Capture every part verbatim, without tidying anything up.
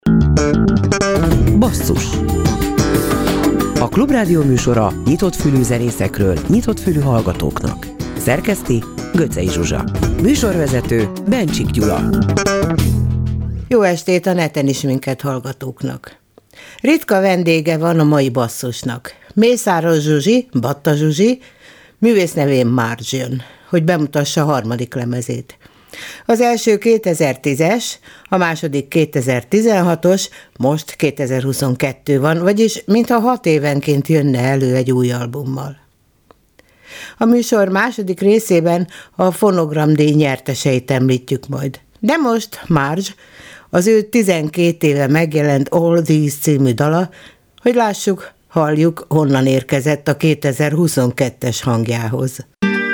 Basszus. A Klubrádió műsora nyitott fülű zenészekről, nyitott fülű hallgatóknak. Szerkeszti Göcsei Zsuzsa. Műsorvezető Bencsik Gyula. Jó estét a neten is minket hallgatóknak. Ritka vendége van a mai Basszusnak. Mészáros Zsuzsi, Batta Zsuzsi, művész nevén Margin, hogy bemutassa a harmadik lemezét. Az első kétezer-tízes, a második kétezer-tizenhatos, most kétezer-huszonkettő van, vagyis mintha hat évenként jönne elő egy új albummal. A műsor második részében a fonogramdíj nyerteseit említjük majd. De most Marge, az ő tizenkét éve megjelent All These című dala, hogy lássuk, halljuk, honnan érkezett a kétezer-huszonkettes hangjához.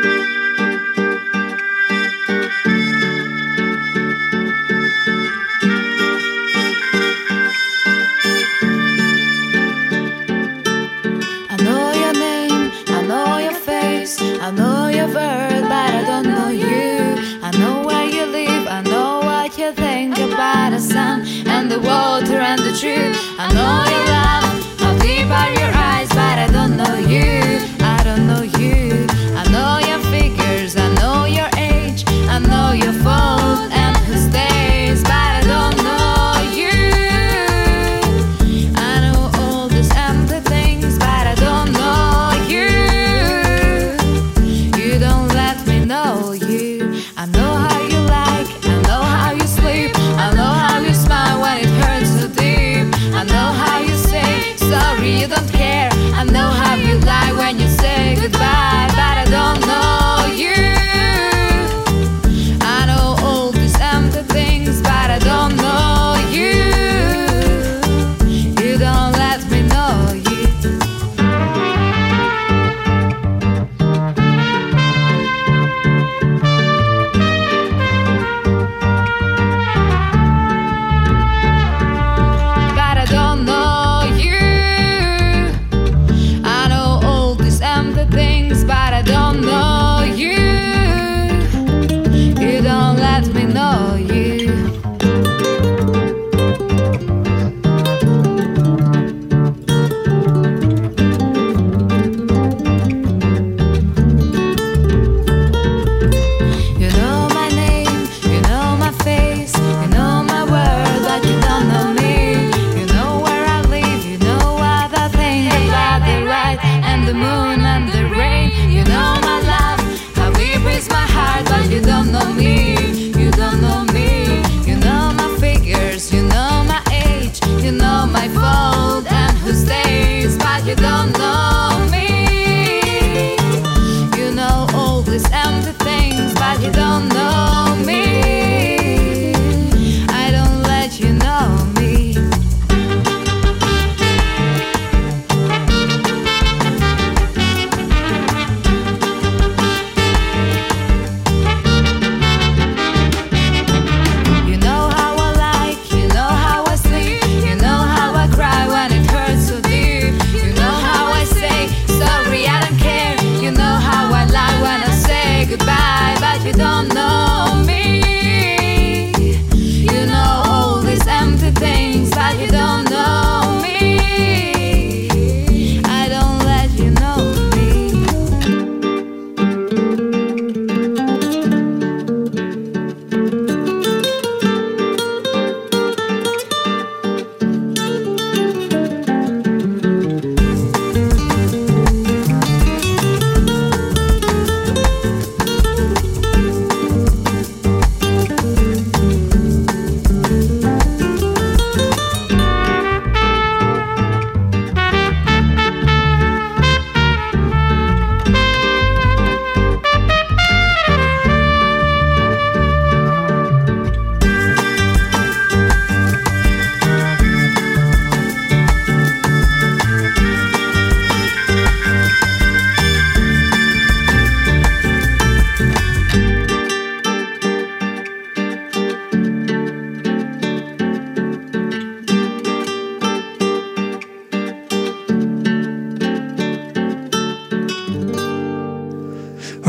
I know your word, but I don't know you. I know where you live, I know what you think about the sun and the water and the truth. I know your love, how deep are your eyes, but I don't know you. I don't know you. I know your figures, I know your age, I know your fault and who stays, but I don't know you. I know all these empty things, but I don't know you. Know you. I know how you like, I know how you sleep, I know how you smile when it hurts so deep. I know how you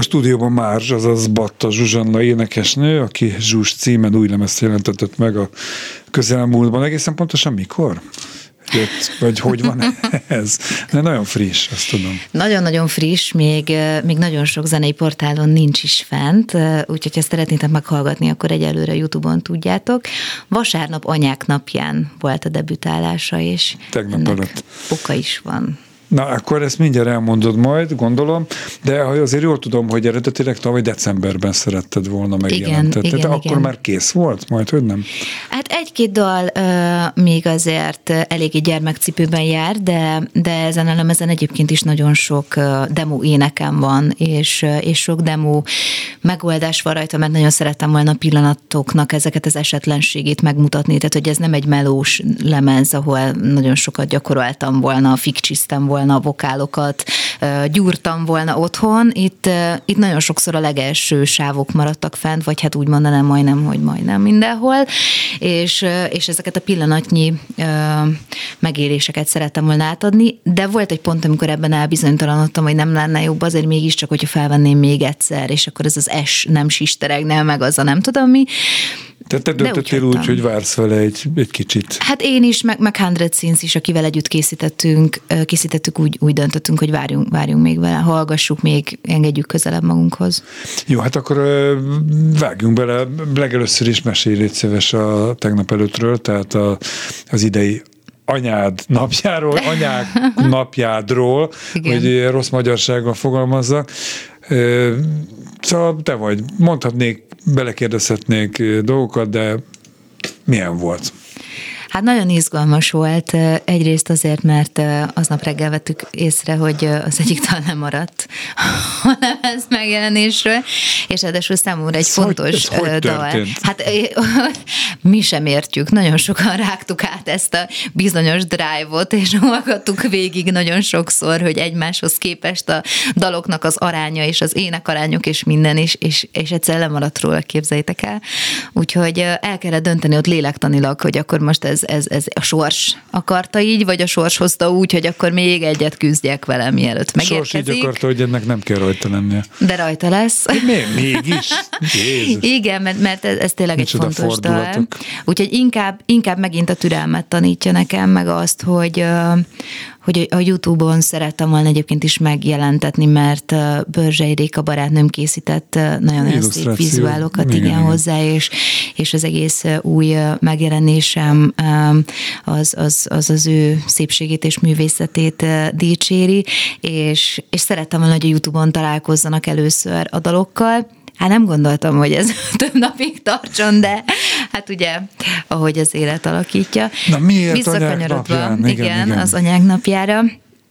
stúdióban Márzs, azaz Batta Zsuzsanna énekesnő, aki Zsuzs címen új lemezt jelentetett meg a közelmúltban. Egészen pontosan mikor jött, vagy hogy van ez? De nagyon friss, azt tudom. Nagyon-nagyon friss, még, még nagyon sok zenei portálon nincs is fent, úgyhogy ha szeretnétek meghallgatni, akkor egyelőre YouTube-on tudjátok. Vasárnap anyák napján volt a debütálása, és tegnap ennek előtt oka is van. Na, akkor ezt mindjárt elmondod majd, gondolom, de azért jól tudom, hogy eredetileg tavaly decemberben szeretted volna megjelentetni. Igen, igen, akkor igen. már kész volt, majd hogy nem? Hát egy-két dal uh, még azért eléggé gyermekcipőben jár, de, de ezen a lemezen egyébként is nagyon sok uh, demo énekem van, és, uh, és sok demo megoldás van rajta, mert nagyon szerettem volna a pillanatoknak ezeket az esetlenségét megmutatni, tehát hogy ez nem egy melós lemez, ahol nagyon sokat gyakoroltam volna, fikcsiztem volna a vokálokat, gyúrtam volna otthon. Itt, itt nagyon sokszor a legelső sávok maradtak fent, vagy hát úgy mondanám majdnem, hogy majdnem mindenhol, és, és ezeket a pillanatnyi megéléseket szerettem volna átadni, de volt egy pont, amikor ebben elbizonytalanodtam, hogy nem lenne jobb azért mégiscsak, hogyha felvenném még egyszer, és akkor ez az S nem sisteregne, meg az a nem tudom mi. Tehát te döntöttél úgy, hogy vársz vele egy, egy kicsit. Hát én is, meg, meg Hundred Scenes is, akivel együtt készítettünk, készítettük, úgy, úgy döntöttünk, hogy várjunk, várjunk még vele, hallgassuk még, engedjük közelebb magunkhoz. Jó, hát akkor vágjunk bele. Legelőször is mesélj, légy szíves a tegnap előttről, tehát a, az idei anyád napjáról, anyák napjádról, igen, hogy rossz magyarsággal fogalmazzak. Szóval te vagy, mondhatnék, belekérdezhetnék dolgokat, de milyen volt? Hát nagyon izgalmas volt, egyrészt azért, mert aznap reggel vettük észre, hogy az egyik dal nem maradt a lemez megjelenésről, és ráadásul számomra egy szóval fontos hogy dal. Hát mi sem értjük, nagyon sokan rágtuk át ezt a bizonyos drive-ot, és hallgattuk végig nagyon sokszor, hogy egymáshoz képest a daloknak az aránya, és az énekarányok, és minden, és, és, és egyszer lemaradt róla, képzeljétek el. Úgyhogy el kellett dönteni ott lélektanilag, hogy akkor most ez Ez, ez a sors akarta így, vagy a sors hozta úgy, hogy akkor még egyet küzdjek vele, mielőtt megérkezik. A sors így akarta, hogy ennek nem kell rajta lennie. De rajta lesz. Miért? Mégis? Jézus. Igen, mert, mert ez, ez tényleg Micsoda egy fontos fordulatok. dal. Úgyhogy inkább, inkább megint a türelmet tanítja nekem, meg azt, hogy, hogy a YouTube-on szerettem volna egyébként is megjelentetni, mert Börzsei Réka barátnőm készített nagyon szép vizuálokat igen, igen, hozzá, és, és az egész új megjelenésem az az, az, az ő szépségét és művészetét dicséri, és, és szerettem volna, hogy a YouTube-on találkozzanak először a dalokkal. Hát nem gondoltam, hogy ez több napig tartson, de hát ugye, ahogy az élet alakítja. Na miért anyák napján? Igen, igen, igen, az anyák napjára.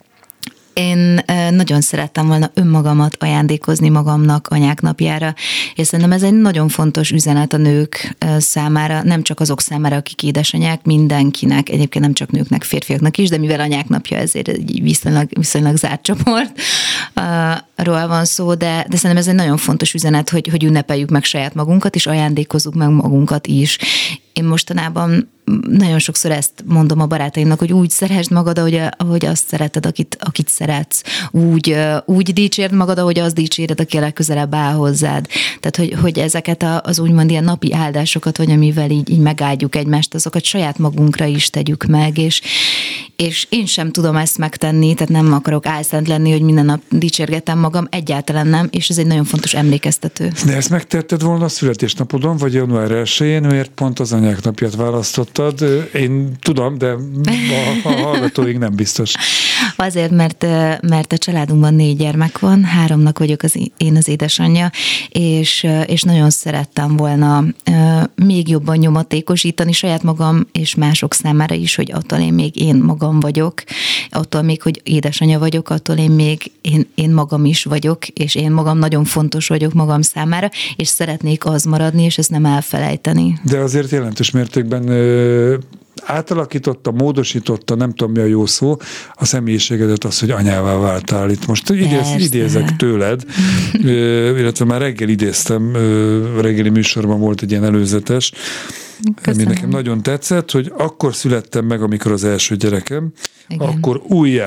Én nagyon szerettem volna önmagamat ajándékozni magamnak anyák napjára, és szerintem ez egy nagyon fontos üzenet a nők számára, nem csak azok számára, akik édesanyák, mindenkinek, egyébként nem csak nőknek, férfiaknak is, de mivel anyák napja, ezért egy viszonylag, viszonylag zárt csoportról van szó, de, de szerintem ez egy nagyon fontos üzenet, hogy, hogy ünnepeljük meg saját magunkat, és ajándékozzuk meg magunkat is. Én mostanában nagyon sokszor ezt mondom a barátaimnak, hogy úgy szeresd magad, ahogy, ahogy azt szereted, akit, akit szeretsz. Úgy, úgy dicsérd magad, ahogy azt dicséred, aki a legközelebb áll hozzád. Tehát, hogy, hogy ezeket az úgymond ilyen napi áldásokat, vagy amivel így, így megáldjuk egymást, azokat saját magunkra is tegyük meg, és, és én sem tudom ezt megtenni, tehát nem akarok álszent lenni, hogy minden nap dicsérgetem magam, egyáltalán nem, és ez egy nagyon fontos emlékeztető. De ezt megtetted volna a születésnapodon, vagy január elsején, miért pont az anyák napját választottad? Én tudom, de a, a hallgatóig nem biztos. Azért, mert, mert a családunkban négy gyermek van, háromnak vagyok az, én az édesanyja, és, és nagyon szerettem volna még jobban nyomatékosítani saját magam és mások számára is, hogy attól én még én magam vagyok, attól még, hogy édesanyja vagyok, attól én még én, én magam is vagyok, és én magam nagyon fontos vagyok magam számára, és szeretnék az maradni, és ezt nem elfelejteni. De azért jelentős mértékben ö, átalakította, módosította, nem tudom mi a jó szó, a személyiségedet az, hogy anyává váltál. Itt most idéz, idézek tőled, ö, illetve már reggel idéztem, ö, reggeli műsorban volt egy ilyen előzetes, Köszönöm. Ami nekem nagyon tetszett, hogy akkor születtem meg, amikor az első gyerekem, igen, akkor újjá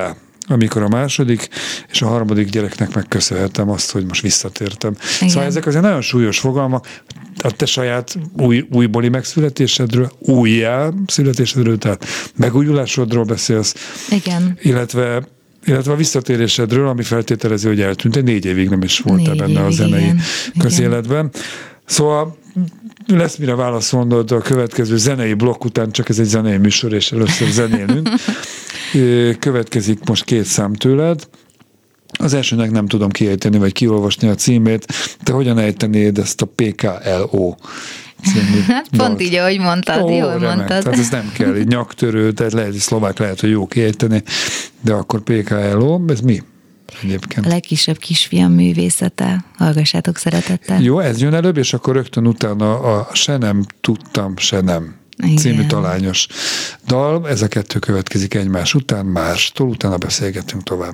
amikor a második és a harmadik gyereknek megköszönhetem azt, hogy most visszatértem. Igen. Szóval ezek azért nagyon súlyos fogalmak, a te saját új, újbóli megszületésedről, újjá születésedről, tehát megújulásodról beszélsz. Igen. Illetve illetve a visszatérésedről, ami feltételező, hogy eltűnt, négy évig nem is voltál benne évig, a zenei igen, közéletben. Igen. Szóval lesz mire válaszolnod a következő zenei blokk után, csak ez egy zenei műsor, és először zenélünk. Következik most két szám tőled. Az elsőnek nem tudom kiejteni, vagy kiolvasni a címét. Te hogyan ejtenéd ezt a pé ká el o című Hát pont dalt? Így, ahogy mondtad, Ó, jól remek. mondtad. Tehát ez nem kell, így nyaktörő, tehát lehet, hogy szlovák lehet, hogy jó kiejteni, de akkor pé ká el o, ez mi? Egyébként. A legkisebb kisfiam művészete. Hallgassátok szeretettel. Jó, ez jön előbb, és akkor rögtön utána a Se nem tudtam, se nem Igen. című talányos dal. Ez a kettő következik egymás után, mástól, utána beszélgetünk tovább.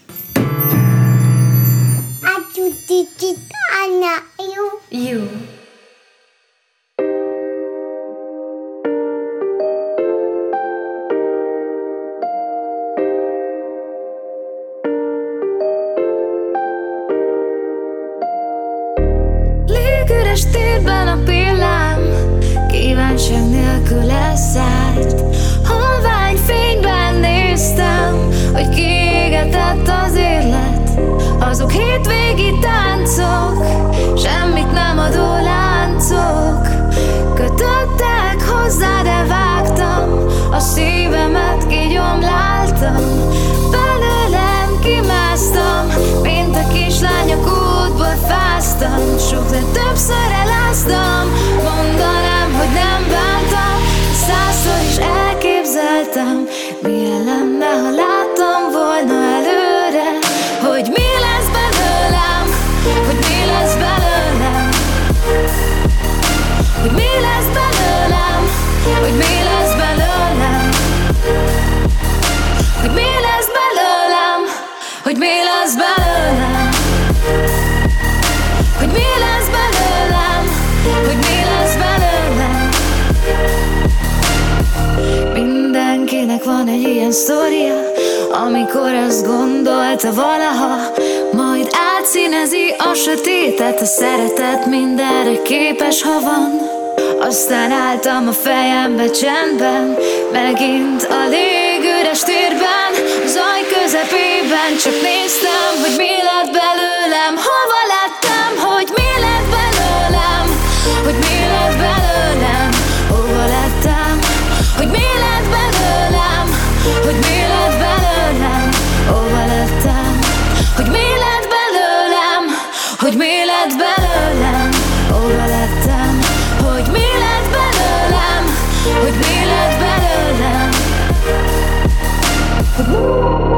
Jó. Légüres térben a pillám, kívánság nélkül elszállt. Halvány fényben néztem, hogy kiégetett az élet. Azok hétvégi táncok, semmit nem adó láncok. Kötöttek hozzá, de vágtam, a szívemet kigyomláltam. Belőlem kimásztam, mint a kislányok útból fáztam. Sok, de többször eláztam, mondanám, hogy nem bántam. Százszor is elképzeltem, milyen lenne, ha láttam volna előre, hogy mi lesz belőlem, hogy mi lesz belőlem, hogy mi lesz belőlem, hogy mi lesz belőlem, hogy mi lesz belőlem, hogy mi lesz belőlem, hogy mi lesz belőlem, hogy mi lesz belőlem. Mindenkinek van egy ilyen sztoria, amikor azt gondolta valaha, majd átszínezi a sötétet, a szeretet mindenre képes, ha van. Aztán álltam a fejembe csendben, megint a légüres térben, zaj közepében, csak néztem, hogy mi lett belőlem, hova lettem, hogy mi lett belőlem, hogy mi lett belőlem, hova lettem, hogy mi lett belőlem, hogy mi lett belőlem, hova lettem, hogy mi lett belőlem, hogy mi lett belőlem, hova lettem, hogy mi lett belőlem, hogy mi lett belőlem, hogy mi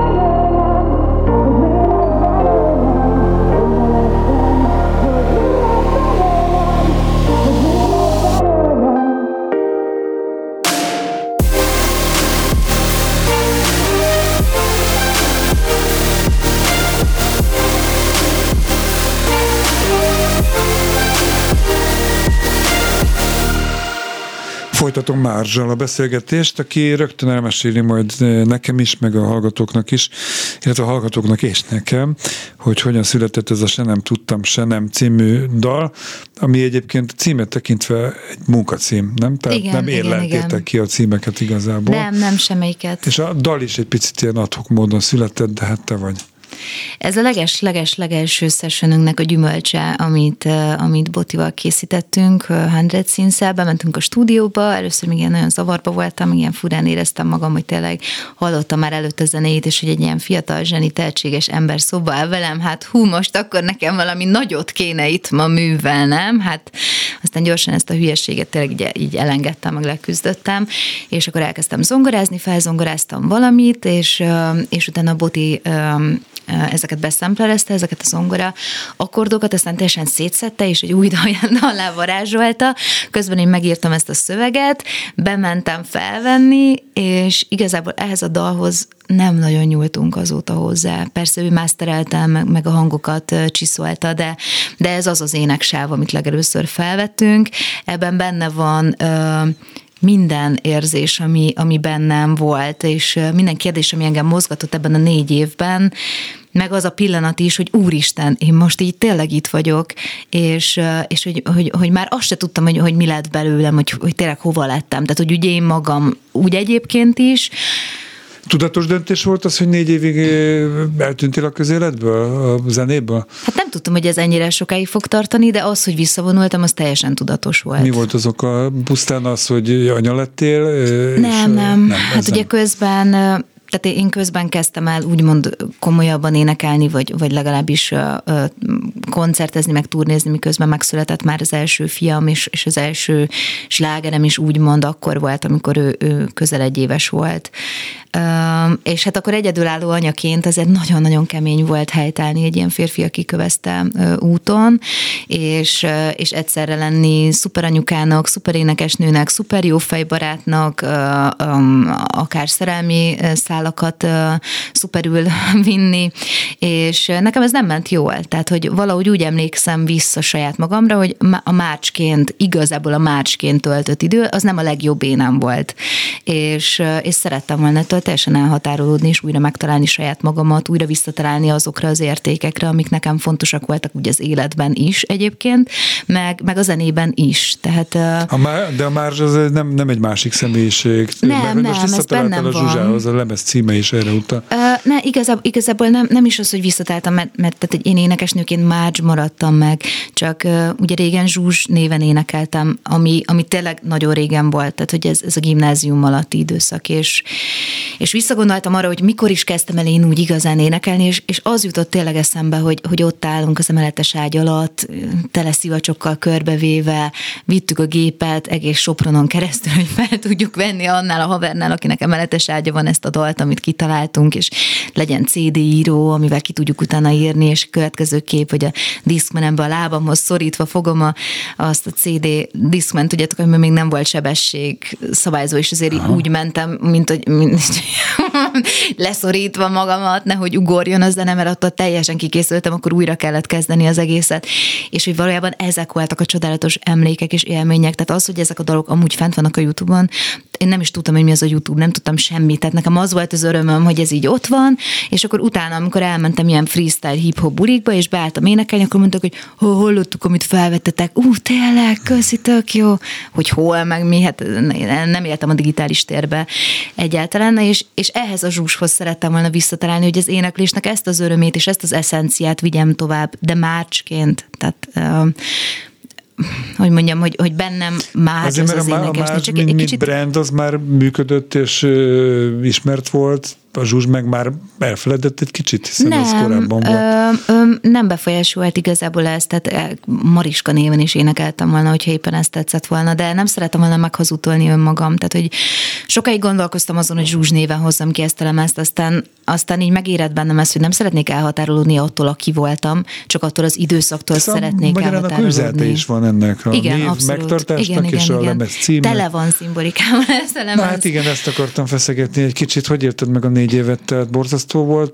Folytatom Márzsal a beszélgetést, aki rögtön elmeséli majd nekem is, meg a hallgatóknak is, illetve a hallgatóknak és nekem, hogy hogyan született ez a Se nem tudtam, se nem című dal, ami egyébként címet tekintve egy munkacím, nem? Tehát igen, nem érleltétek ki a címeket igazából. Nem, nem semmelyiket. És a dal is egy picit ilyen ad hoc módon született, de hát te vagy. Ez a leges-leges-legelső sessionünknek a gyümölcse, amit, amit Botival készítettünk, Hundred Scenes-el, bementünk a stúdióba, először még ilyen nagyon zavarba voltam, ilyen furán éreztem magam, hogy tényleg hallottam már előtt a zenéjét, és hogy egy ilyen fiatal, zseni, tehetséges ember szóba áll velem, hát hú, most akkor nekem valami nagyot kéne itt ma művelnem, hát aztán gyorsan ezt a hülyeséget tényleg így, így elengedtem, meg leküzdöttem, és akkor elkezdtem zongorázni, felzongoráztam valamit, és, és utána Boti ezeket beszemplerezte, ezeket a zongora akkordokat, aztán teljesen szétszette, és egy új dal alá varázsolta. Közben én megírtam ezt a szöveget, bementem felvenni, és igazából ehhez a dalhoz nem nagyon nyúltunk azóta hozzá. Persze ő masterelte, meg, meg a hangokat csiszolta, de, de ez az az éneksáv, amit legelőször felvettünk. Ebben benne van ö, minden érzés, ami, ami bennem volt, és minden kérdés, ami engem mozgatott ebben a négy évben, meg az a pillanat is, hogy úristen, én most így tényleg itt vagyok, és, és hogy, hogy, hogy már azt se tudtam, hogy, hogy mi lett belőlem, hogy, hogy tényleg hova lettem. Tehát, hogy ugye én magam úgy egyébként is. Tudatos döntés volt az, hogy négy évig eltűntél a közéletből, a zenéből? Hát nem tudtam, hogy ez ennyire sokáig fog tartani, de az, hogy visszavonultam, az teljesen tudatos volt. Mi volt az oka? Pusztán az, hogy anya lettél? Nem, nem. nem. Hát ugye közben... Tehát én közben kezdtem el úgymond komolyabban énekelni, vagy, vagy legalábbis koncertezni, meg turnézni, miközben megszületett már az első fiam, és, és az első slágerem is úgymond akkor volt, amikor ő, ő közel egy éves volt. És hát akkor egyedülálló anyaként ezért nagyon-nagyon kemény volt helytállni egy ilyen férfi, aki kövezte úton, és, és egyszerre lenni szuper anyukának, szuper énekesnőnek, szuper jó fejbarátnak, akár szerelmi szálakat szuperül vinni, és nekem ez nem ment jól. Tehát, hogy valahogy úgy emlékszem vissza saját magamra, hogy a Márcsként, igazából a Márcsként töltött idő, az nem a legjobb énem volt. És, és szerettem volna teljesen elhatárolódni, és újra megtalálni saját magamat, újra visszatalálni azokra az értékekre, amik nekem fontosak voltak úgy az életben is egyébként, meg, meg a zenében is. Tehát, a má, de a Márzs az nem, nem egy másik személyiség. Nem, nem, most visszataláltál a Zsuzsához, a lemez címe is erre utal. Uh, ne, igazából, igazából nem, nem is az, hogy visszataláltam, mert, mert tehát én énekesnőként Márzs maradtam meg, csak uh, ugye régen Zsuzs néven énekeltem, ami, ami tényleg nagyon régen volt, tehát hogy ez, ez a gimnázium alatti időszak, és És visszagondoltam arra, hogy mikor is kezdtem el én úgy igazán énekelni, és, és az jutott tényleg eszembe, hogy, hogy ott állunk az emeletes ágy alatt, tele szivacsokkal körbevéve, vittük a gépet egész Sopronon keresztül, hogy fel tudjuk venni annál a havernál, akinek emeletes ágya van, ezt a dalt, amit kitaláltunk, és legyen cé dé író, amivel ki tudjuk utána írni, és következő kép, hogy a Discmanembe a lábamhoz szorítva fogom a, azt a cé dé Discman, tudjátok, hogy még nem volt sebesség szabályzó, és azért Aha. úgy mentem, mint hogy mint, leszorítva magamat, nehogy ugorjon a zene, mert attól teljesen kikészültem, akkor újra kellett kezdeni az egészet. És hogy valójában ezek voltak a csodálatos emlékek és élmények. Tehát az, hogy ezek a dalok amúgy fent vannak a YouTube-on, én nem is tudtam, hogy mi az a YouTube, nem tudtam semmit. Tehát nekem az volt az örömöm, hogy ez így ott van, és akkor utána, amikor elmentem ilyen freestyle hip-hop bulikba, és beálltam énekelni, akkor mondtak, hogy hallottuk, amit felvettetek. Ú, tényleg, köszi, tök jó. Hogy hol, meg mi, hát nem éltem a digitális térbe egyáltalán, és, és ehhez a Zsuzshoz szerettem volna visszatalálni, hogy az éneklésnek ezt az örömét és ezt az eszenciát vigyem tovább, de Márcsként. Tehát uh, hogy mondjam, hogy, hogy bennem már azért, az az énekesnő. Csak mint, kicsit... brand az már működött és uh, ismert volt, a Zsuzs meg már elfeledett egy kicsit, hiszen nem, az korábban volt. Ö, ö, nem befolyásolt igazából ezt, tehát Mariska néven is énekeltem volna, hogyha éppen ezt tetszett volna, de nem szeretem volna meghazudtolni önmagam, tehát hogy sokáig gondolkoztam azon, hogy Zsuzs néven hozzam ki ezt a lemezt, aztán, aztán így megérett bennem ezt, hogy nem szeretnék elhatárolódni attól, aki voltam, csak attól az időszaktól ez szeretnék a elhatárolódni. Üzenete is van ennek a igen, név abszolút. megtartásnak, igen, és igen, a igen. lemez címe. Tele van szimbolikával ez a lemez. Na hát igen, ezt akartam feszegetni egy kicsit, hogy érted meg a négy évet, tehát borzasztó volt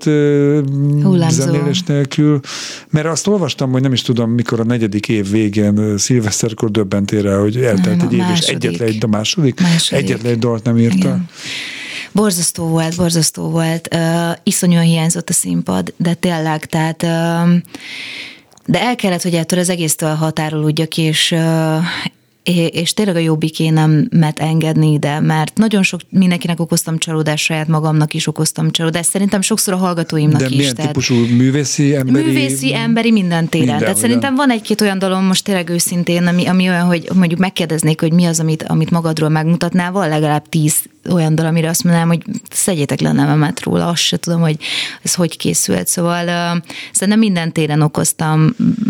zenélés nélkül, mert azt olvastam, hogy nem is tudom, mikor a negyedik év végén szilveszterkor döbbentél rá, hogy eltelt egy év, és egyetlen egy, a második, második. egyetlen egy dalt nem írta. Igen. Borzasztó volt, borzasztó volt. Uh, iszonyúan hiányzott a színpad, de tényleg, tehát uh, de el kellett, hogy ettől az egésztől határolódjak, és uh, és tényleg a jobbikénemet engedni ide, mert nagyon sok mindenkinek okoztam csalódást, saját magamnak is okoztam csalódást, szerintem sokszor a hallgatóimnak de is. De milyen tehát típusú művészi, emberi? Művészi, emberi minden téren. Minden, tehát szerintem van egy-két olyan dalom most tényleg őszintén, ami, ami olyan, hogy mondjuk megkérdeznék, hogy mi az, amit, amit magadról megmutatnál, van legalább tíz olyan dal, amire azt mondanám, hogy szedjétek le a nevemet róla, azt se tudom, hogy ez hogy készült. Szóval uh, szerintem minden téren okoztam,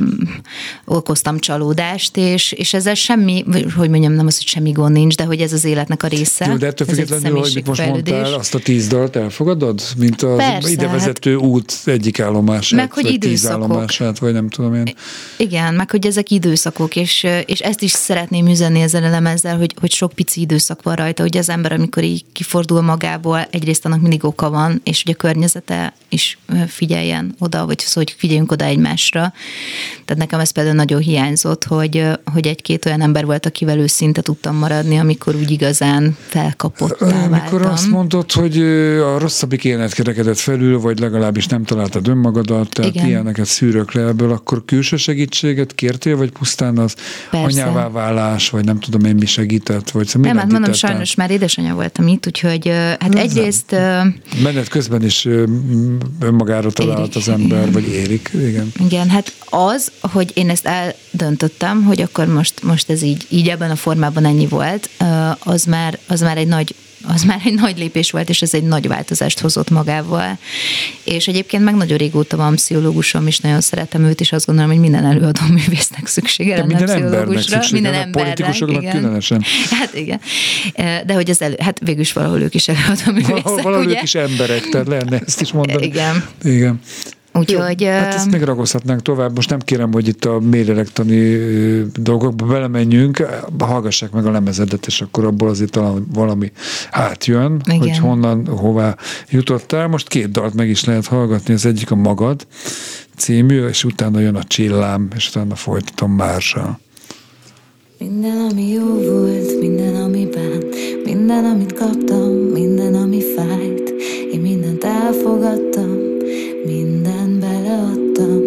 okoztam csalódást, és, és ezzel semmi, hogy mondjam, nem az, hogy semmi gond nincs, de hogy ez az életnek a része. Jó, de ettől függetlenül, hogy most mondtál, azt a tíz dalt elfogadod? Mint az persze, idevezető hát, út egyik állomását, meg, hogy vagy időszakok. tíz állomását, vagy nem tudom én. Igen, meg hogy ezek időszakok, és, és ezt is szeretném üzenni ezzel a lemezzel, hogy, hogy sok pici időszak van rajta, hogy az ember, amikor így kifordul magából, egyrészt annak mindig oka van, és hogy a környezete is figyeljen oda, vagy szóval, hogy figyeljünk oda egymásra. Tehát nekem ez például nagyon hiányzott, hogy, hogy egy-két olyan ember volt volt, akivel őszinte tudtam maradni, amikor úgy igazán felkapottá váltam. Amikor azt mondod, hogy a rosszabbik élet kerekedett felül, vagy legalábbis nem találtad önmagadat, tehát igen. ilyeneket szűrök le ebből, akkor külső segítséget kértél, vagy pusztán az persze. anyává válás, vagy nem tudom én mi segített, vagy szóval nem, hát mondom, sajnos már édesanyja voltam itt, úgyhogy hát ez egyrészt... Menet közben is önmagára talált az ember, vagy érik, igen. Igen, hát az, hogy én ezt eldöntöttem, hogy akkor most, most ez így, így ebben a formában ennyi volt, az már, az már egy nagy az már egy nagy lépés volt, és ez egy nagy változást hozott magával. És egyébként meg nagyon régóta van pszichológusom, és nagyon szeretem őt, és azt gondolom, hogy minden előadó művésznek szüksége lenne pszichológusra. Minden embernek, politikusoknak igen. különösen. Hát igen. De hogy az elő, hát végül is valahol ők is előadó művészek, valahol ugye? ők is emberek, tehát lehetne ezt is mondani. Igen. Igen. Úgyhogy, jó, hát ezt még ragozhatnánk tovább. Most nem kérem, hogy itt a mélylélektani dolgokba belemenjünk, hallgassák meg a lemezedet, és akkor abból azért talán valami átjön, igen. hogy honnan, hová jutottál. Most két dalt meg is lehet hallgatni, az egyik a Magad című, és utána jön a Csillám, és utána folytatom Mársal. Minden, ami jó volt, minden, ami bánt, minden, amit kaptam, minden, ami fájt, én mindent elfogadtam, minden beleadtam.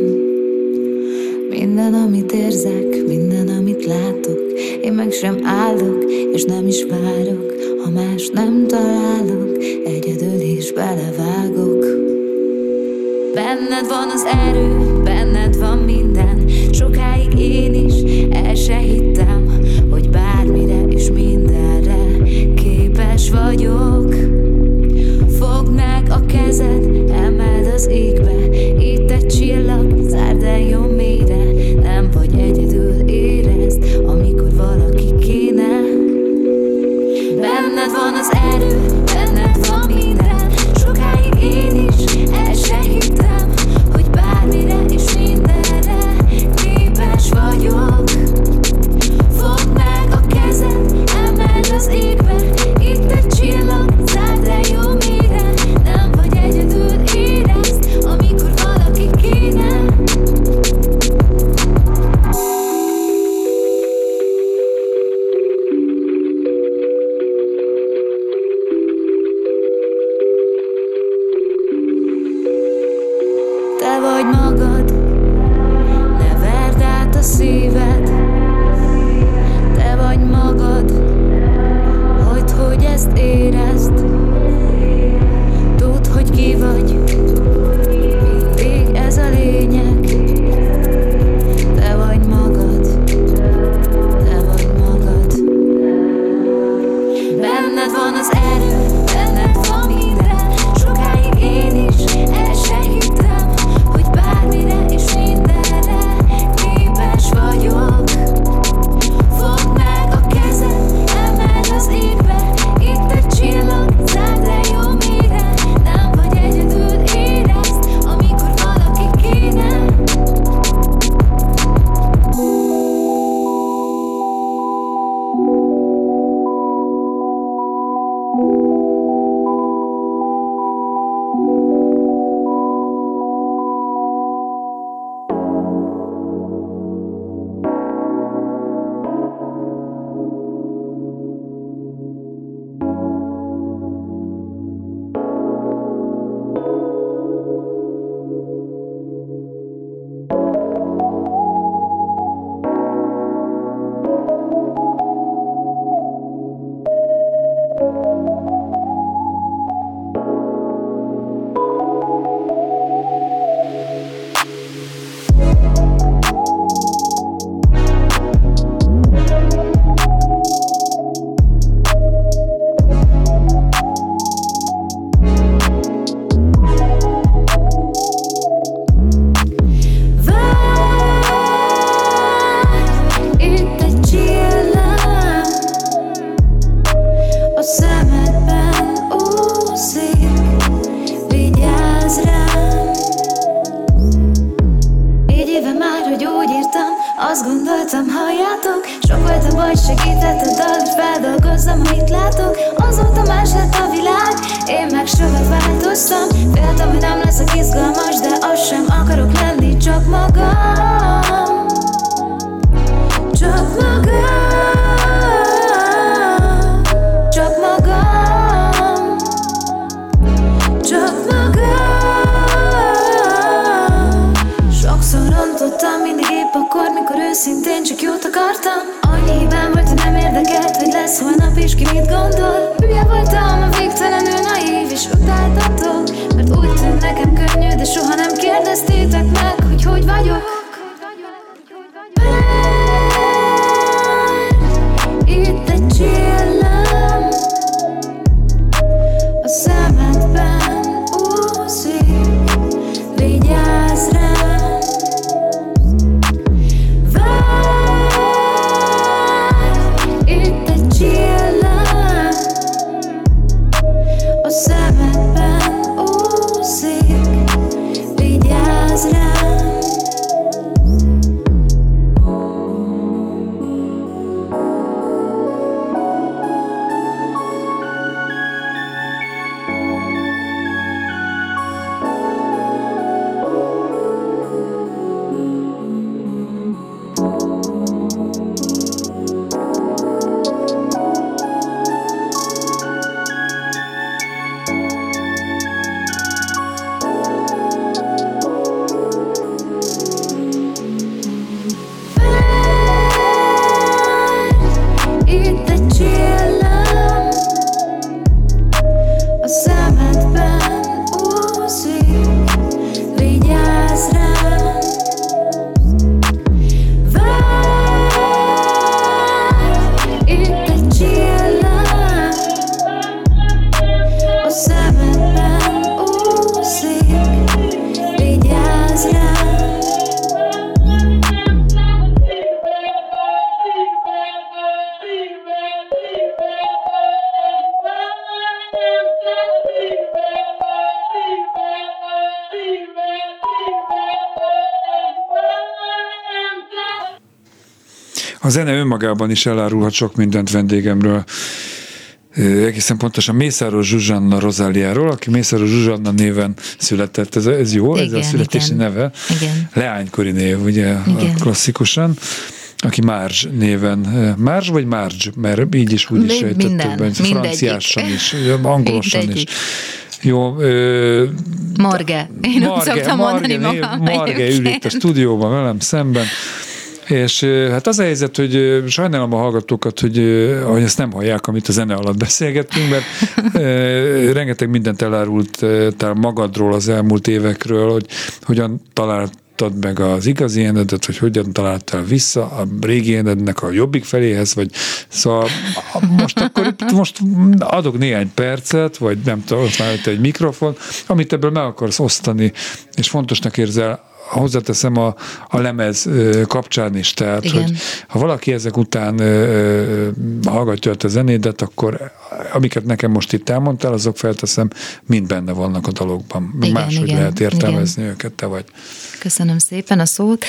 Minden, amit érzek, minden, amit látok, én meg sem állok, és nem is várok. Ha más nem találok, egyedül is belevágok. Benned van az erő, benned van minden. Sokáig én is el se hittem, hogy bármire és mindenre képes vagyok. Fogd meg a kezed, emeld az égbe, itt egy csillag, zárd el jó mélyre. Nem vagy egyedül, érezd, amikor valaki kéne. Benned van az erő, benned van minden. Sokáig én is el se hittem, hogy bármire és mindenre képes vagyok. Fogd meg a kezed, emeld az égbe, itt egy csillag, zárd el jó mélyre. Nem vagy egyedül, érezd, amikor valaki kéne. Te vagy magad, ne verd át a szíved. Te vagy magad, hagyd, hogy ezt érezd. Tudd, hogy ki vagy, mindig ez a lényeg. Te vagy magad, te vagy magad. Benned van az erő, benned van minden. Sokáig én is el se hittem, hogy bármire és mindenre képes vagyok. Fogd meg a kezed, emeld az égbe, itt egy gondol. Hülye voltam, a végtelenül naív és utáltatok, mert úgy tűnt nekem könnyű, de soha nem kérdeztétek meg, hogy hogy vagyok. Itt egy csillám a szemedben úszik, vigyázz rám. Várj, itt egy csillám a szemedben úszik, vigyázz rám. A zene önmagában is elárulhat sok mindent vendégemről. Egészen pontosan Mészáros Zsuzsanna Rozáliáról, aki Mészáros Zsuzsanna néven született. Ez, ez jó? Igen, ez a születési igen. neve. Igen. Leánykori név, ugye igen. klasszikusan. Aki Marge néven. Marge vagy Marge? Mert így is úgy is sejtettem. Franciásan is, angolosan is. Jó. Ö, Marge. Én úgy szoktam mondani magam. Marge ül itt a stúdióban velem szemben. És hát az a helyzet, hogy sajnálom a hallgatókat, hogy, hogy ezt nem hallják, amit a zene alatt beszélgettünk, mert rengeteg mindent elárultál magadról az elmúlt évekről, hogy hogyan találtad meg az igazi énedet, hogy hogyan találtál vissza a régi énednek a jobbik feléhez, vagy szóval most akkor itt most adok néhány percet, vagy nem tudom, ott már egy mikrofon, amit ebből meg akarsz osztani, és fontosnak érzel, hozzáteszem a, a lemez kapcsán is, tehát, igen. hogy ha valaki ezek után hallgatja a zenédet, akkor amiket nekem most itt elmondtál, azok felteszem, mind benne vannak a dalokban. Igen, máshogy igen, lehet értelmezni igen. őket, te vagy. Köszönöm szépen a szót.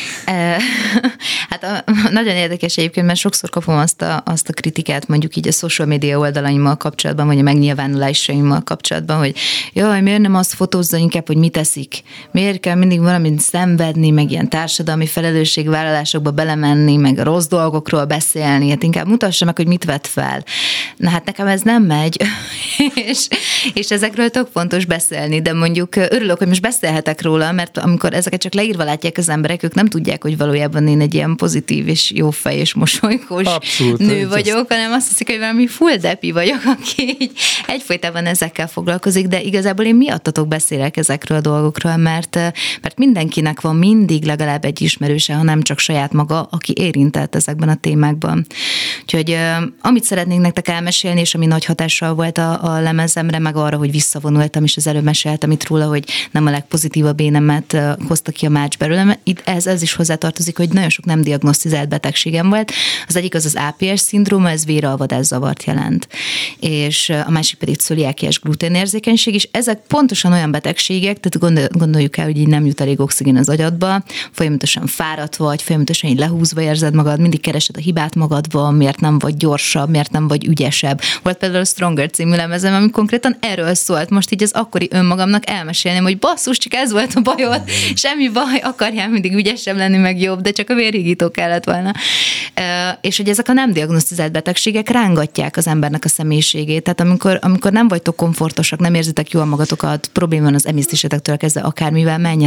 Hát a, nagyon érdekes egyébként, mert sokszor kapom azt a, azt a kritikát, mondjuk így a social media oldalaimmal kapcsolatban, vagy a megnyilvánulásaimmal kapcsolatban, hogy jaj, miért nem azt fotózza inkább, hogy mit teszik? Miért kell mindig valamit szenvedni, meg ilyen társadalmi felelősségvállalásokba belemenni, meg a rossz dolgokról beszélni, hát inkább mutassa meg, hogy mit vett fel. Na hát nekem ez nem megy, és, és ezekről tök fontos beszélni, de mondjuk örülök, hogy most beszélhetek róla, mert amikor ezeket csak leírva látják az emberek, ők nem tudják, hogy valójában én egy ilyen pozitív és jó fej és mosolygós Abszolút, nő vagyok, ezt... hanem azt hiszik, hogy valami full depi vagyok, aki így egyfolytában ezekkel foglalkozik, de igazából én miattatok beszélek ezekről a dolgokról, mert, mert mindenkinek van mindig legalább egy ismerőse, ha nem csak saját maga, aki érintett ezekben a témákban. Úgyhogy amit szeretnénk nektek elmesélni, és ami nagy hatással volt a, a lemezemre, meg arra, hogy visszavonultam, és az előbb meséltem itt róla, hogy nem a legpozitívabb énemet hozta ki a Marge belőlem. Ez, ez is hozzátartozik, hogy nagyon sok nem diagnosztizált betegségem volt. Az egyik az az á pé es-szindróma, ez véralvadászavart jelent. És a másik pedig cöliákiás gluténérzékenység, és ezek pontosan olyan betegségek, tehát gondoljuk el, hogy így nem jut elég oxigén az agyadba, folyamatosan fáradt vagy, folyamatosan így lehúzva érzed magad, mindig keresed a hibát magadban, miért nem vagy gyorsabb, miért nem vagy ügyesebb. Volt például a Stronger című lemezem, ami konkrétan erről szólt. Most így az akkori önmagamnak elmesélném, hogy basszus, csak ez volt a bajod, semmi baj, akarjál mindig ügyesebb lenni, meg jobb, de csak a vérhigító kellett volna. És hogy ezek a nem diagnosztizált betegségek rángatják az embernek a személyiségét. Tehát amikor, amikor nem vagytok komfortosak, nem érzitek jól magatokat, probléma van az emésztésetektől kezdve akármivel, menjetek utána.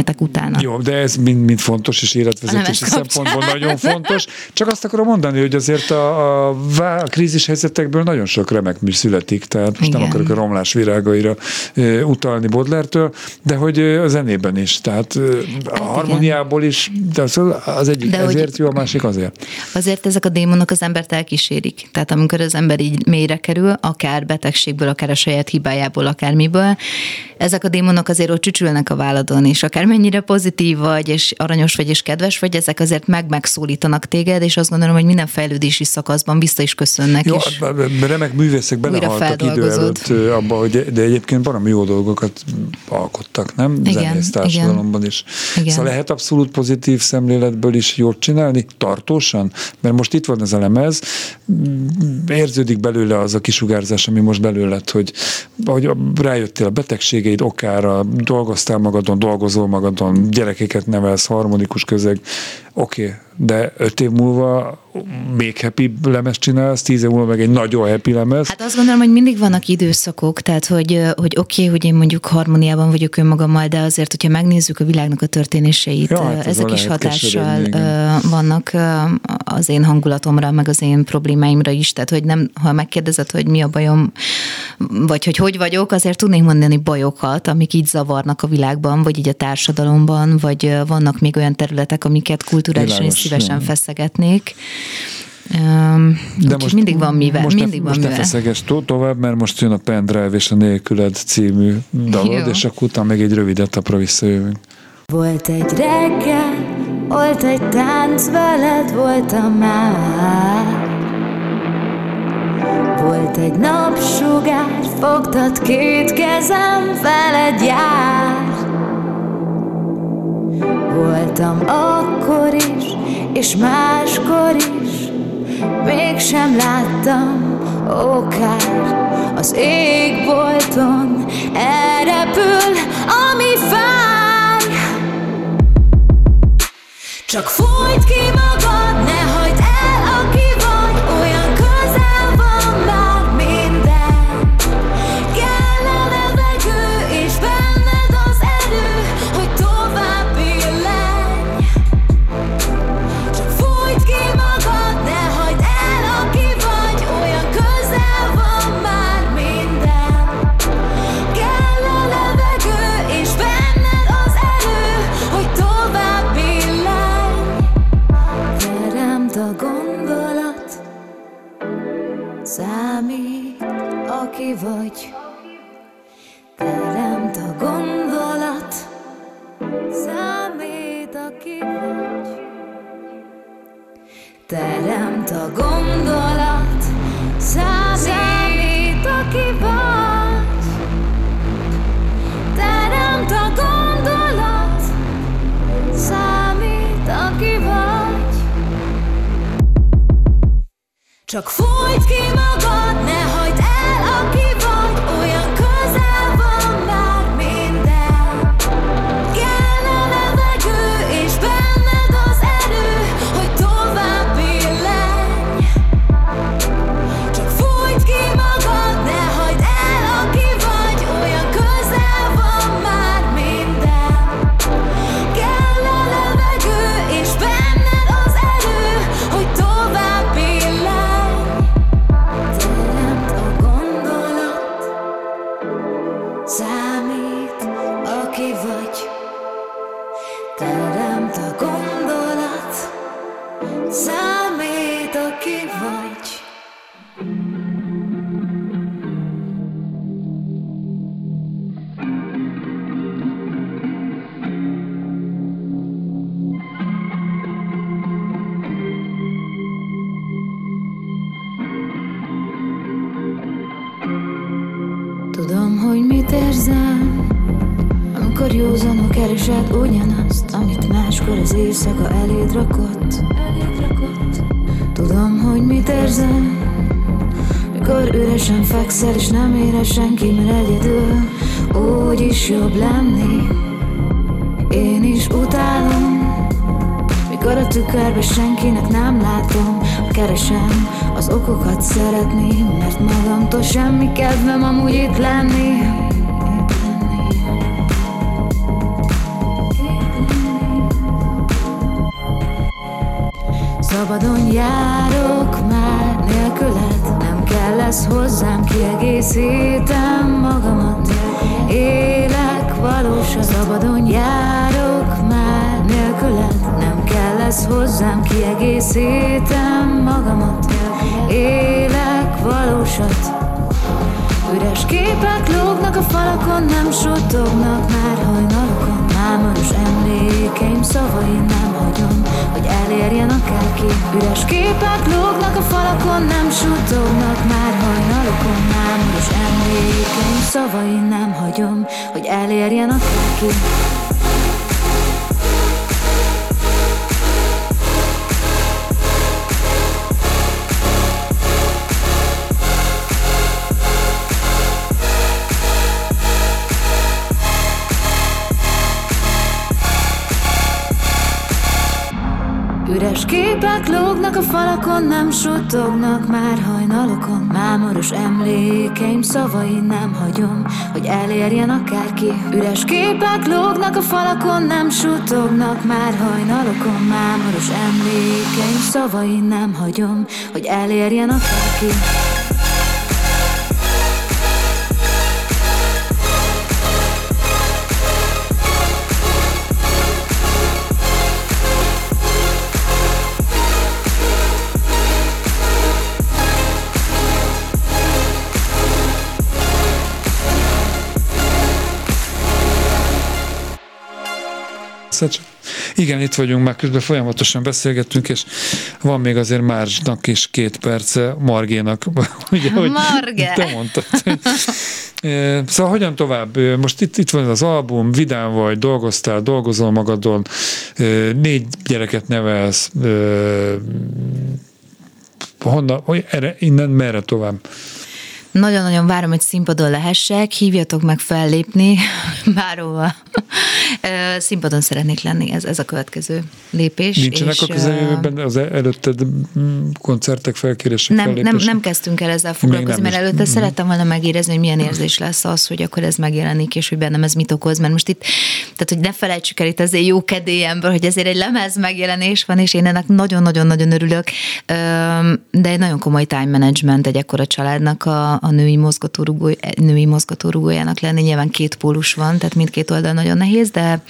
szolgálnak. Jó, de ez mind, mind fontos, és életvezetési szempontból nagyon fontos. Csak azt akarom mondani, hogy azért a, a, a krízis helyzetekből nagyon sok remek mű születik, tehát most igen. nem akarok a romlás virágaira e, utalni Baudelaire-től, de hogy a zenében is, tehát a harmóniából is, de az, az egyik de ezért hogy, jó, a másik azért. Azért ezek a démonok az embert elkísérik. Tehát amikor az ember így mélyre kerül, akár betegségből, akár a saját hibájából, akár miből, ezek a démonok azért ott csücsülnek a válladon, és akár mennyire pozitív vagy, és aranyos vagy, és kedves vagy, ezek azért meg-megszólítanak téged, és azt gondolom, hogy minden fejlődési szakaszban vissza is köszönnek. Jó, és remek művészek belehaltak idő előtt abba, hogy, de egyébként baromi jó dolgokat alkottak, nem? Igen, zenész társadalomban is. Igen. Szóval lehet abszolút pozitív szemléletből is jól csinálni, tartósan? Mert most itt van ez a lemez, érződik belőle az a kisugárzás, ami most belőled, hogy, hogy rájöttél a betegségeid okára, dolgoztál magadon, dolgozol magadon, gyerekeket nevelsz, harmonikus közeg, oké, okay, de öt év múlva még happy lemez csinálsz, tíz év múlva meg egy nagyon happy lemez. Hát azt gondolom, hogy mindig vannak időszakok, tehát hogy, hogy oké, okay, hogy én mondjuk harmóniában vagyok önmagammal, de azért, hogyha megnézzük a világnak a történéseit, ja, hát ezek is hatással vannak az én hangulatomra, meg az én problémáimra is, tehát hogy nem, ha megkérdezed, hogy mi a bajom, vagy hogy hogy vagyok, azért tudnék mondani bajokat, amik így zavarnak a világban, vagy így a társadalomban, vagy vannak még olyan területek, amiket kulturálisan is szívesen nem. feszegetnék. Um, de most mindig van mivel. Most mindig ne, van most mivel. ne feszeges to- tovább, mert most jön a Pendrive és a Nélküled című dalod, és akkor utána még egy rövid etapra visszajövünk. Volt egy reggel, volt egy tánc, veled voltam már. Volt egy napsugár, fogtad két kezem, veled jár. Voltam akkor is, és máskor is, mégsem láttam, ó kár, az égbolton elrepül, ami fáj. Csak fújt ki magad, ne hagyd el, aki vagy, olyan közel van már minden. Kell a levegő, és benned az erő, hogy tovább billenj. Csak fújt ki magad, ne hagyd el, aki vagy, olyan közel van már minden. Kell a levegő, és benned az erő, hogy tovább billenj. Teremt a gondolat, számít, aki vagy. Teremt a gondolat, számít, aki vagy. Teremt a gondolat, számít, aki vagy. Teremt a gondolat, számít, aki vagy. Csak fújt ki magad, ne hagyd el, aki vagy, olyan közel van már minden. Kell a levegő, és benned az erő, hogy tovább billenj. Csak fújt ki magad, ne hagyd el, aki vagy, olyan közel van már minden. Kell a levegő, és benned az erő, hogy tovább billenj. Teremt a gondolat, számít, aki vagy. Teremt a gondolat, számít, aki vagy. Tudom, hogy mit érzem, amikor józanul keresed ugyanazt, amit máskor az éjszaka eléd rakott. Eléd rakott. Tudom, hogy mit érzem, mikor üresen fekszel, és nem ér senki, mert egyedül úgy is jobb lenni. Én is utálom, mikor a tükörbe senkinek nem látom. Keresem az okokat szeretni, mert magamtól semmi kedvem amúgy itt lenni. Itt lenni. Itt lenni. Szabadon járok már nélküled, nem kell lesz hozzám, kiegészítem magamat. Élek valósan, szabadon járok már nélküled, nem kell lesz hozzám, kiegészítem magamat. Élek valósat. Üres képek lógnak a falakon, nem suttognak már hajnalokon. Mámoros emlékeim szavain nem hagyom, hogy elérjen akárki. Üres képek lógnak a falakon, nem suttognak már hajnalokon. Mámoros emlékeim szavain nem hagyom, hogy elérjen akárki. Üres képek lógnak a falakon, nem suttognak már hajnalokon. Mámoros emlékeim szavain nem hagyom, hogy elérjen akárki. Üres képek lógnak a falakon, nem suttognak már hajnalokon. Mámoros emlékeim szavain nem hagyom, hogy elérjen akárki. Igen, itt vagyunk, már közben folyamatosan beszélgettünk, és van még azért Márzsnak is két perce, Margénak. Ugye, Marge! Te mondtad. Szóval hogyan tovább? Most itt, itt van az album, vidám vagy, dolgoztál, dolgozol magadon, négy gyereket nevelsz, honnan, erre, innen merre tovább? Nagyon-nagyon várom, hogy színpadon lehessek, hívjatok meg fellépni, bárhova. Színpadon szeretnék lenni, ez, ez a következő lépés. Nincsenek és, a közeljövőben az előtted koncertek, felkérések, nem, fellépések? Nem, nem kezdtünk el ezzel foglalkozni, mert előtte mm-hmm. szerettem volna megérezni, hogy milyen érzés lesz az, hogy akkor ez megjelenik, és hogy bennem ez mit okoz, mert most itt, tehát hogy ne felejtsük el itt azért jó kedélyemből, hogy ezért egy lemez megjelenés van, és én ennek nagyon-nagyon-nagyon örülök, de egy nagyon komoly time management egy ekkora családnak a, a női mozgatórugó, női mozgatórugójának lenni, nyilván két pólus van, tehát mindkét oldal nagyon nehéz, de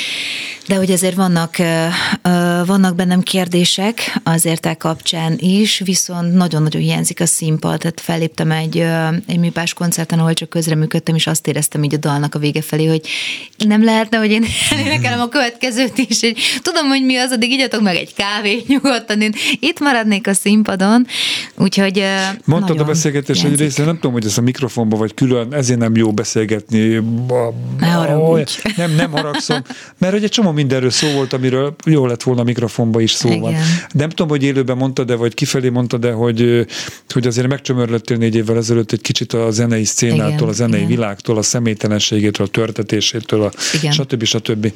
De hogy azért vannak, vannak bennem kérdések az értek kapcsán is, viszont nagyon-nagyon hiányzik a színpad, tehát felléptem egy, egy műpás koncerten, ahol csak közreműködtem, és azt éreztem így a dalnak a vége felé, hogy nem lehetne, hogy én elénekelem a következőt is, hogy tudom, hogy mi az, addig igyatok meg egy kávét nyugodtan, én itt maradnék a színpadon, úgyhogy mondtad a beszélgetés egy részén, nem tudom, hogy ez a mikrofonba vagy külön, ezért nem jó beszélgetni. Ne haragudj. Nem, nem haragszom, mert hogy egy csomó mindenről szó volt, amiről jó lett volna a mikrofonba is szó. Igen. Van. Nem tudom, hogy élőben mondtad, de vagy kifelé mondtad, de hogy, hogy azért megcsömörlöttél négy évvel ezelőtt egy kicsit a zenei szcénától, igen, a zenei igen. világtól, a személytelenségétől, a törtetésétől, a igen. stb. stb.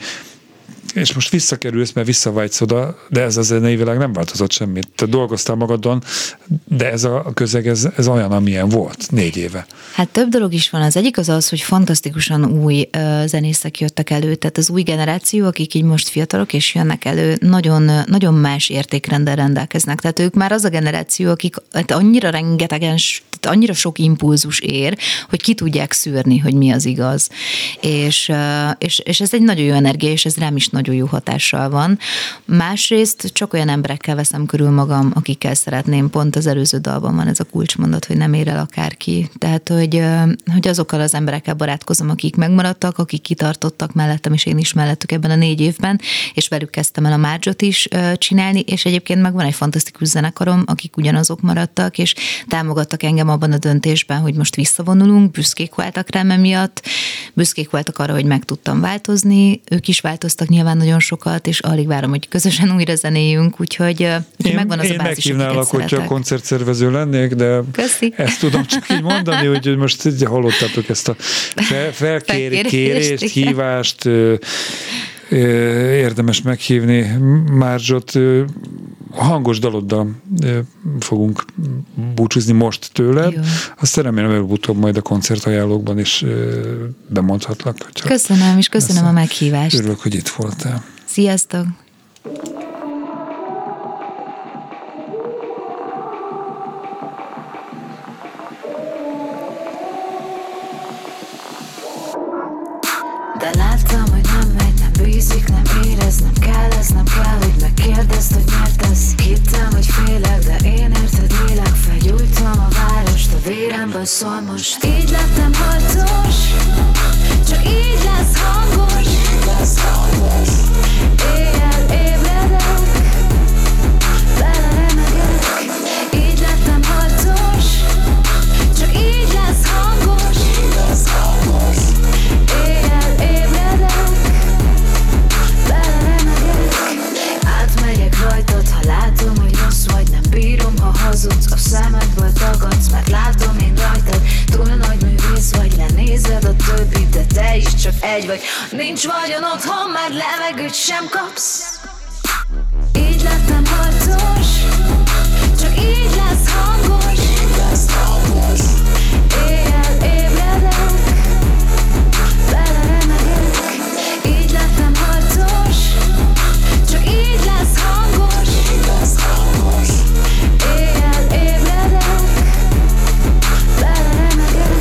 És most visszakerülsz, mert visszavágysz oda, de ez a zenei világ nem változott semmit. Te dolgoztál magadon, de ez a közeg, ez, ez olyan, amilyen volt négy éve. Hát több dolog is van. Az egyik az az, hogy fantasztikusan új uh, zenészek jöttek elő, tehát az új generáció, akik így most fiatalok és jönnek elő, nagyon, nagyon más értékrendel rendelkeznek. Tehát ők már az a generáció, akik hát annyira rengetegen, tehát annyira sok impulzus ér, hogy ki tudják szűrni, hogy mi az igaz. És, uh, és, és ez egy nagyon jó energia, és ez rám is nagyon jó hatással van. Másrészt csak olyan emberekkel veszem körül magam, akikkel szeretném, pont az előző dalban van ez a kulcsmondat, hogy nem ér el akárki. Tehát, hogy, hogy azokkal az emberekkel barátkozom, akik megmaradtak, akik kitartottak mellettem, és én is mellettük ebben a négy évben, és velük kezdtem el a Márzsot is csinálni, és egyébként meg van egy fantasztikus zenekarom, akik ugyanazok maradtak, és támogattak engem abban a döntésben, hogy most visszavonulunk, büszkék voltak rám emiatt, büszkék voltak arra, hogy meg tudtam változni, ők is változtak nyilván nagyon sokat, és alig várom, hogy közösen újra zenéljünk, úgyhogy, úgyhogy megvan az én a bázis, Én meghívnálak, hogyha koncertszervező lennék, de Köszi. Ezt tudom csak így mondani, hogy most így hallottátok ezt a fel, felkérést, hívást, érdemes meghívni Márzsot. Hangos daloddal fogunk búcsúzni most tőled. Jó. Azt remélem, előbb-utóbb majd a koncertajánlókban is bemondhatlak. Köszönöm, és köszönöm a meghívást. Örülök, hogy itt voltál. Sziasztok! de láttam, hogy nem megy, nem bízik, nem érez, nem kell ez, nem kell, hogy megkérdezd, hogy miért ez. Hittem, hogy félek, de én érted élek, felgyújtom a várost, a véremből szól most. Így lettem harcos, csak így lesz hangos, éjjel ébredek, beleremegek. Így lettem harcos, csak így lesz hangos, éjjel ébredek, beleremegek. Átmegyek rajtad, ha látom, hogy rossz vagy, nem bírom, ha hazudsz, a szemedből tagadsz, mert látom én rajtad, túl nagy művész vagy, lenézed a többit, de te is csak egy vagy. Nincs vagyon otthon, már levegőt sem kapsz. Így lettem harcos, csak így lesz hangos, éjjel ébredek, beleremegek. Így lettem harcos, csak így lesz hangos, éjjel ébredek, beleremegek.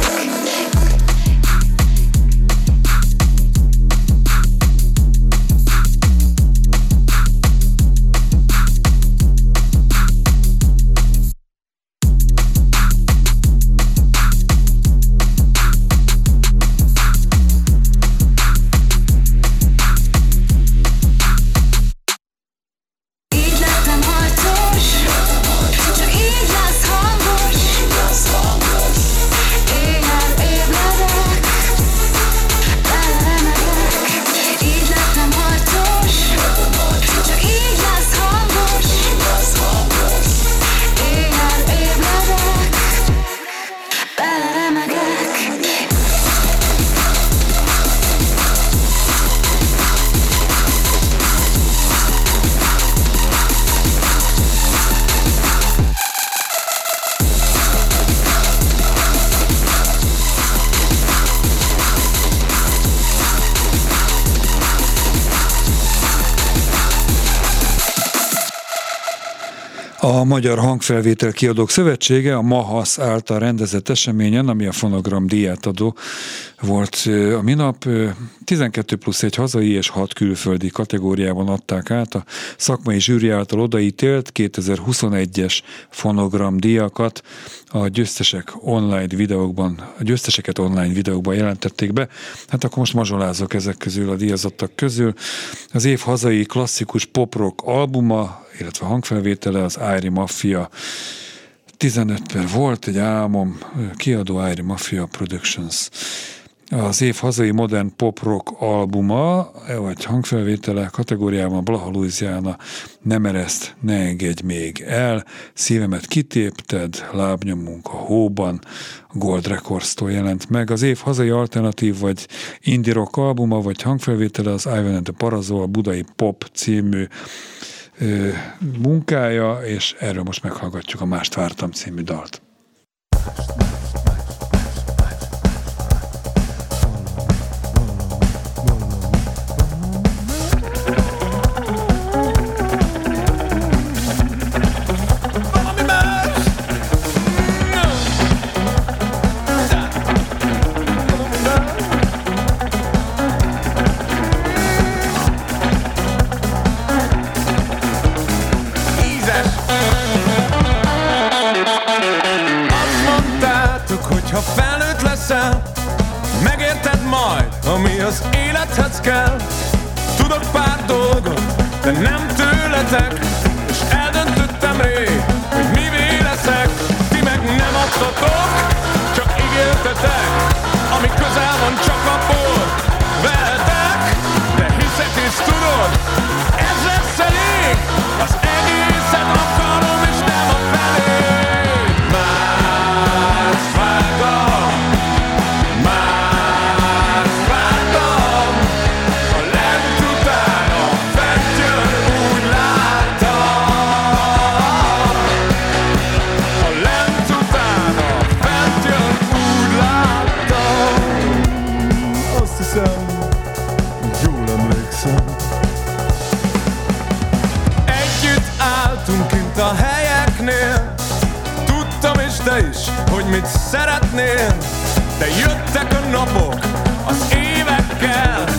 A Magyar Hangfelvétel Kiadók Szövetsége a MAHASZ által rendezett eseményen, ami a Fonogram díjátadó volt a minap, tizenkettő plusz egy hazai és hat külföldi kategóriában adták át a szakmai zsűri által odaítélt kétezer-huszonegyes Fonogram díjakat. A győztesek online videókban, a győzteseket online videókban jelentették be. Hát akkor most mazsolázok ezek közül, a díjazottak közül. Az év hazai klasszikus pop-rock albuma, illetve hangfelvétele az Airy Mafia. tizenöt per volt egy álmom, kiadó Airy Mafia Productions. Az év hazai modern pop-rock albuma, vagy hangfelvétele kategóriában Blaha Louisiana, Nem ereszt, ne engedj még el, Szívemet kitépted, Lábnyomunk a hóban, Gold Records-tól jelent meg. Az év hazai alternatív vagy indie rock albuma, vagy hangfelvétele az Ivan and the Parazol, Budai Pop című ö, munkája, és erről most meghallgatjuk a Mást vártam című dalt. Ha felnőtt leszel, megérted majd, ami az élethez kell. Tudok pár dolgot, de nem tőletek, és eldöntöttem rég, hogy mivé leszek. Ti meg nem adtatok, csak ígértetek, ami közel van, csak abból vehetek. De hiszek és tudod, ez lesz elég, az egészet akarom és nem a felé. A helyeknél tudtam és te is, hogy mit szeretnél, de jöttek a napok az évekkel,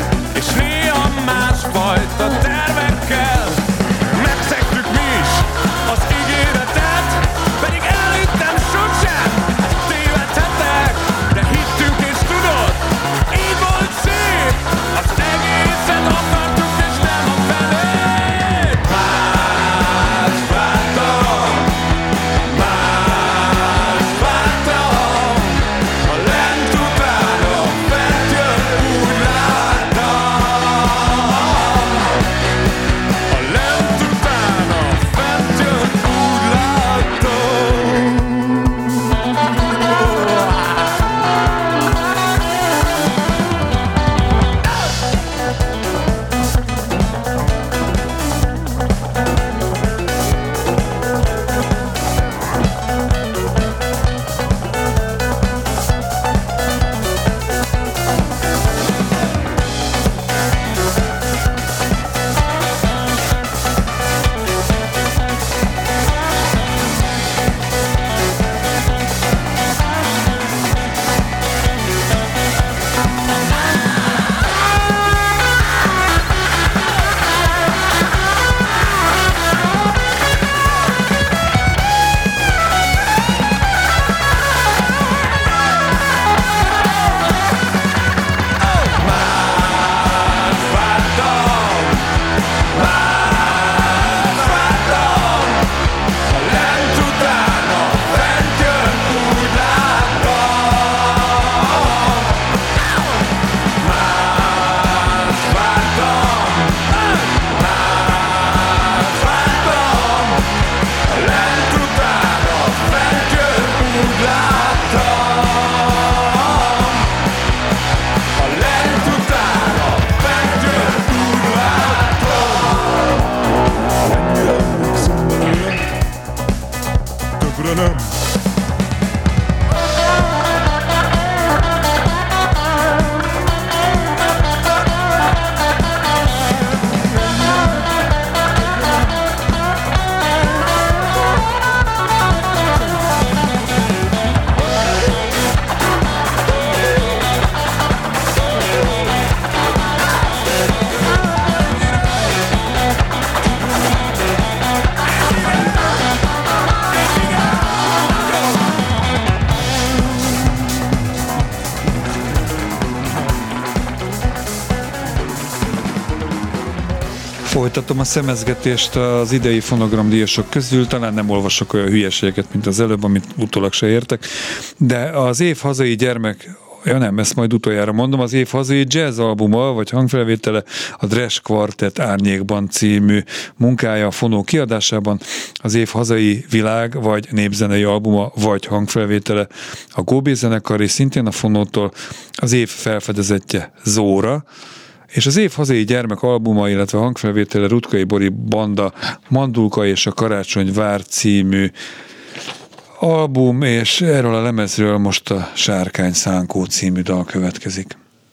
Folytatom a szemezgetést az idei fonogramdíjasok közül, talán nem olvasok olyan hülyeségeket, mint az előbb, amit utólag se értek, de az év hazai gyermek, ja nem, ezt majd utoljára mondom, az év hazai jazz albuma, vagy hangfelvétele a Dres Quartet Árnyékban című munkája a Fonó kiadásában, az év hazai világ, vagy népzenei albuma, vagy hangfelvétele a Góbé zenekar, és szintén a Fonótól az év felfedezetje Zóra, és az év hazai gyermek albuma, illetve hangfelvétele Rutkai Bori Banda Mandulka és a Karácsony vár című album, és erről a lemezről most a Sárkány Szánkó című dal következik.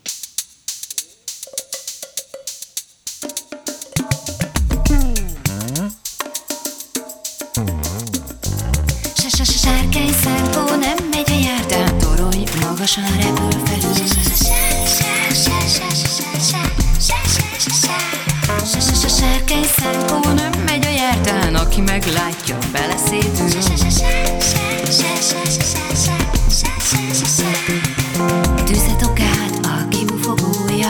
Sárkány Szánkó nem megy a járdán, torony magasan repül felül. Sárkány Szánkó nem megy a járdán, aki meglátja, beleszédül. Tüzet okát a kibufogója,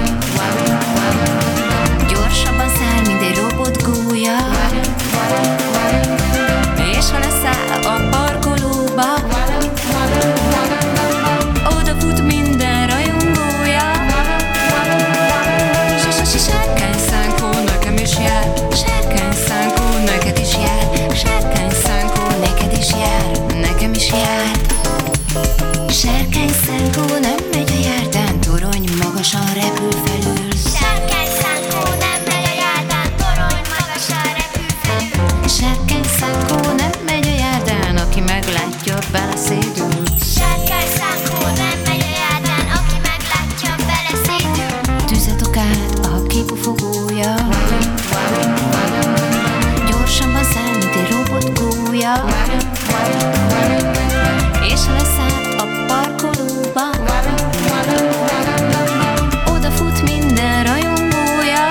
gyorsabban száll, mint egy robot gólya, és ha leszáll a parkolóba, odafut minden rajongója. Sárkány Szánkó nekem is jár, Sárkány Szánkó neked is jár, Sárkány Szánkó neked is jár, nekem is jár. Sárkány Szánkó nem megy a járdán, torony magasan repül felül. Sárkány Szánkó nem megy a járdán, torony magasan repül felül. Sárkány Szánkó nem megy a járdán, aki meglátja, beleszédül. Sárkány Szánkó nem megy a járdán, aki meglátja, beleszédül. Tüzet okát a kibufogója, gyorsabban száll, mint egy robot gólya, és ha leszáll a parkolóba, odafut minden rajongója.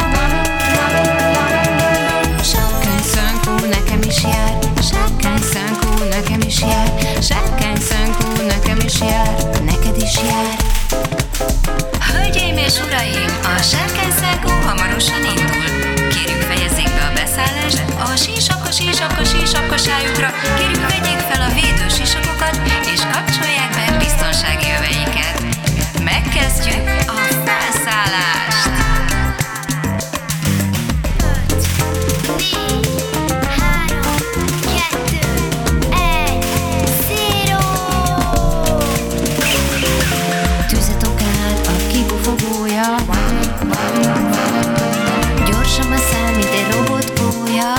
Sárkány Szánkó nekem is jár, Sárkány Szánkó nekem is jár, Sárkány Szánkó nekem is jár, neked is jár. Hölgyeim és uraim, a Sárkány Szánkó hamarosan indul. Kérjük, fejezzék be a beszállást a sísapka, sísapka, sísapka sájukra. Kérjük, vegyék fel a védő sisakokat, és kapcsolják be biztonsági öveiket. Megkezdjük a felszállást! Tüzet okál a kibufogója, gyorsabban száll, mint egy robot gólya,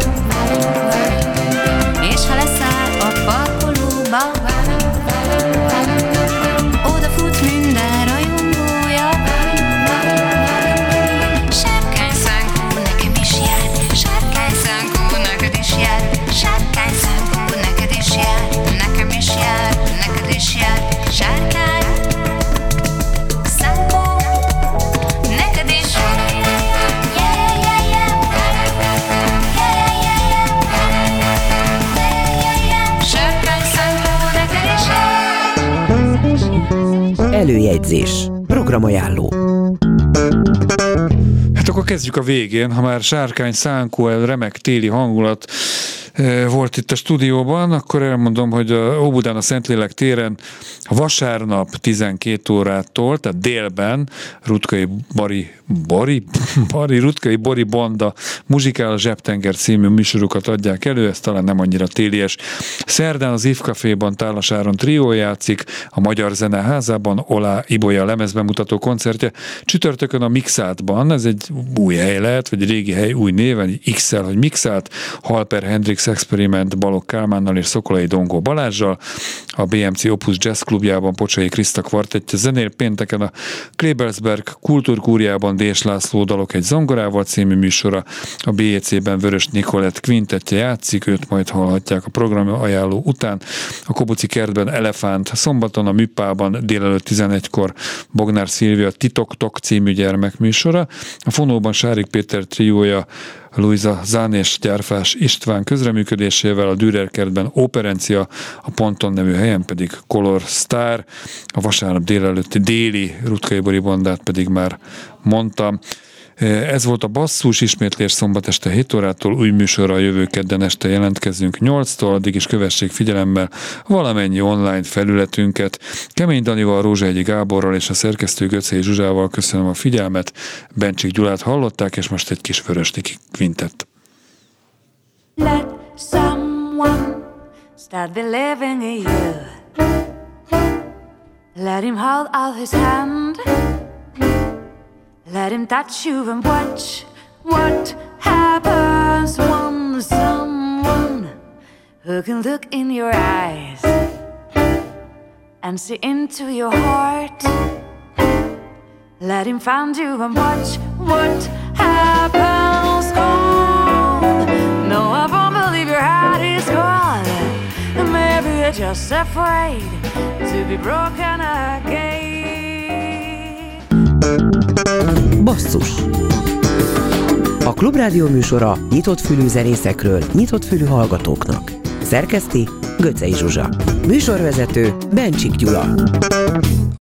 és ha leszáll a parkolóba, odafut minden rajongója. Sárkány Szánkó nekem is jár, Sárkány Szánkó neked is jár, Sárkány Szánkó neked is jár, nekem is jár, neked is jár. Sárkány Szánkó neked is jár. Előjegyzés. Programajánló. Hát akkor kezdjük a végén, ha már Sárkány Szánkó, remek téli hangulat volt itt a stúdióban, akkor elmondom, hogy a Óbudán a Szentlélek téren vasárnap tizenkét órától, tehát délben Rutkai Bari, Bari, Bari, Rutkai Bori Banda Muzsikál a Zsebtenger című műsorokat adják elő, ez talán nem annyira télies. Szerdán az If Caféban Tálas Áron trió játszik, a Magyar Zeneházában Olá Ibolya lemezbemutató koncertje, csütörtökön a Mixátban, ez egy új hely lehet, vagy egy régi hely új néven, X-el, hogy Mixát, Halper Hendrix Experiment Balogh Kálmánnal és Szokolai Dongó Balázssal, a bé em cé Opus Jazz Klubjában Pocsai Kriszta kvartettje zenél, pénteken a Klebelsberg Kultúrkúriában Dés László Dalok egy zongorával című műsora, a bé é cében Vörös Nikolett kvintettje játszik, őt majd hallhatják a program ajánló után, a Kobuci kertben Elefánt, szombaton a Műpában délelőtt tizenegykor Bognár Szilvia Titok-tok című gyermekműsora, a Fonóban Sárik Péter triója Luisa Zán és Gyárfás István közreműködésével, a Dürer kertben Operencia, a Ponton nevű helyen pedig Color Star, a vasárnap délelőtti déli Rutkai Bori Bandát pedig már mondtam. Ez volt a Basszus, ismétlés szombat este hét órától, új műsorral jövő kedden este jelentkezünk nyolctól, addig is kövessék figyelemmel valamennyi online felületünket. Kemény Danival, Rózsahegyi Gáborral és a szerkesztő Göcei Zsuzsával köszönöm a figyelmet. Bencsik Gyulát hallották, és most egy kis Vörösniki kvintett. Let someone start believing in you. Let him hold out his hand. Let him touch you and watch what happens when someone who can look in your eyes and see into your heart. Let him find you and watch what happens. Cold. No, I won't believe your heart is cold. Maybe you're just afraid to be broken again. Basszus. A Klubrádió műsora nyitott fülű zenészekről, nyitott fülű hallgatóknak. Szerkeszti Göcei Zsuzsa. Műsorvezető Bencsik Gyula.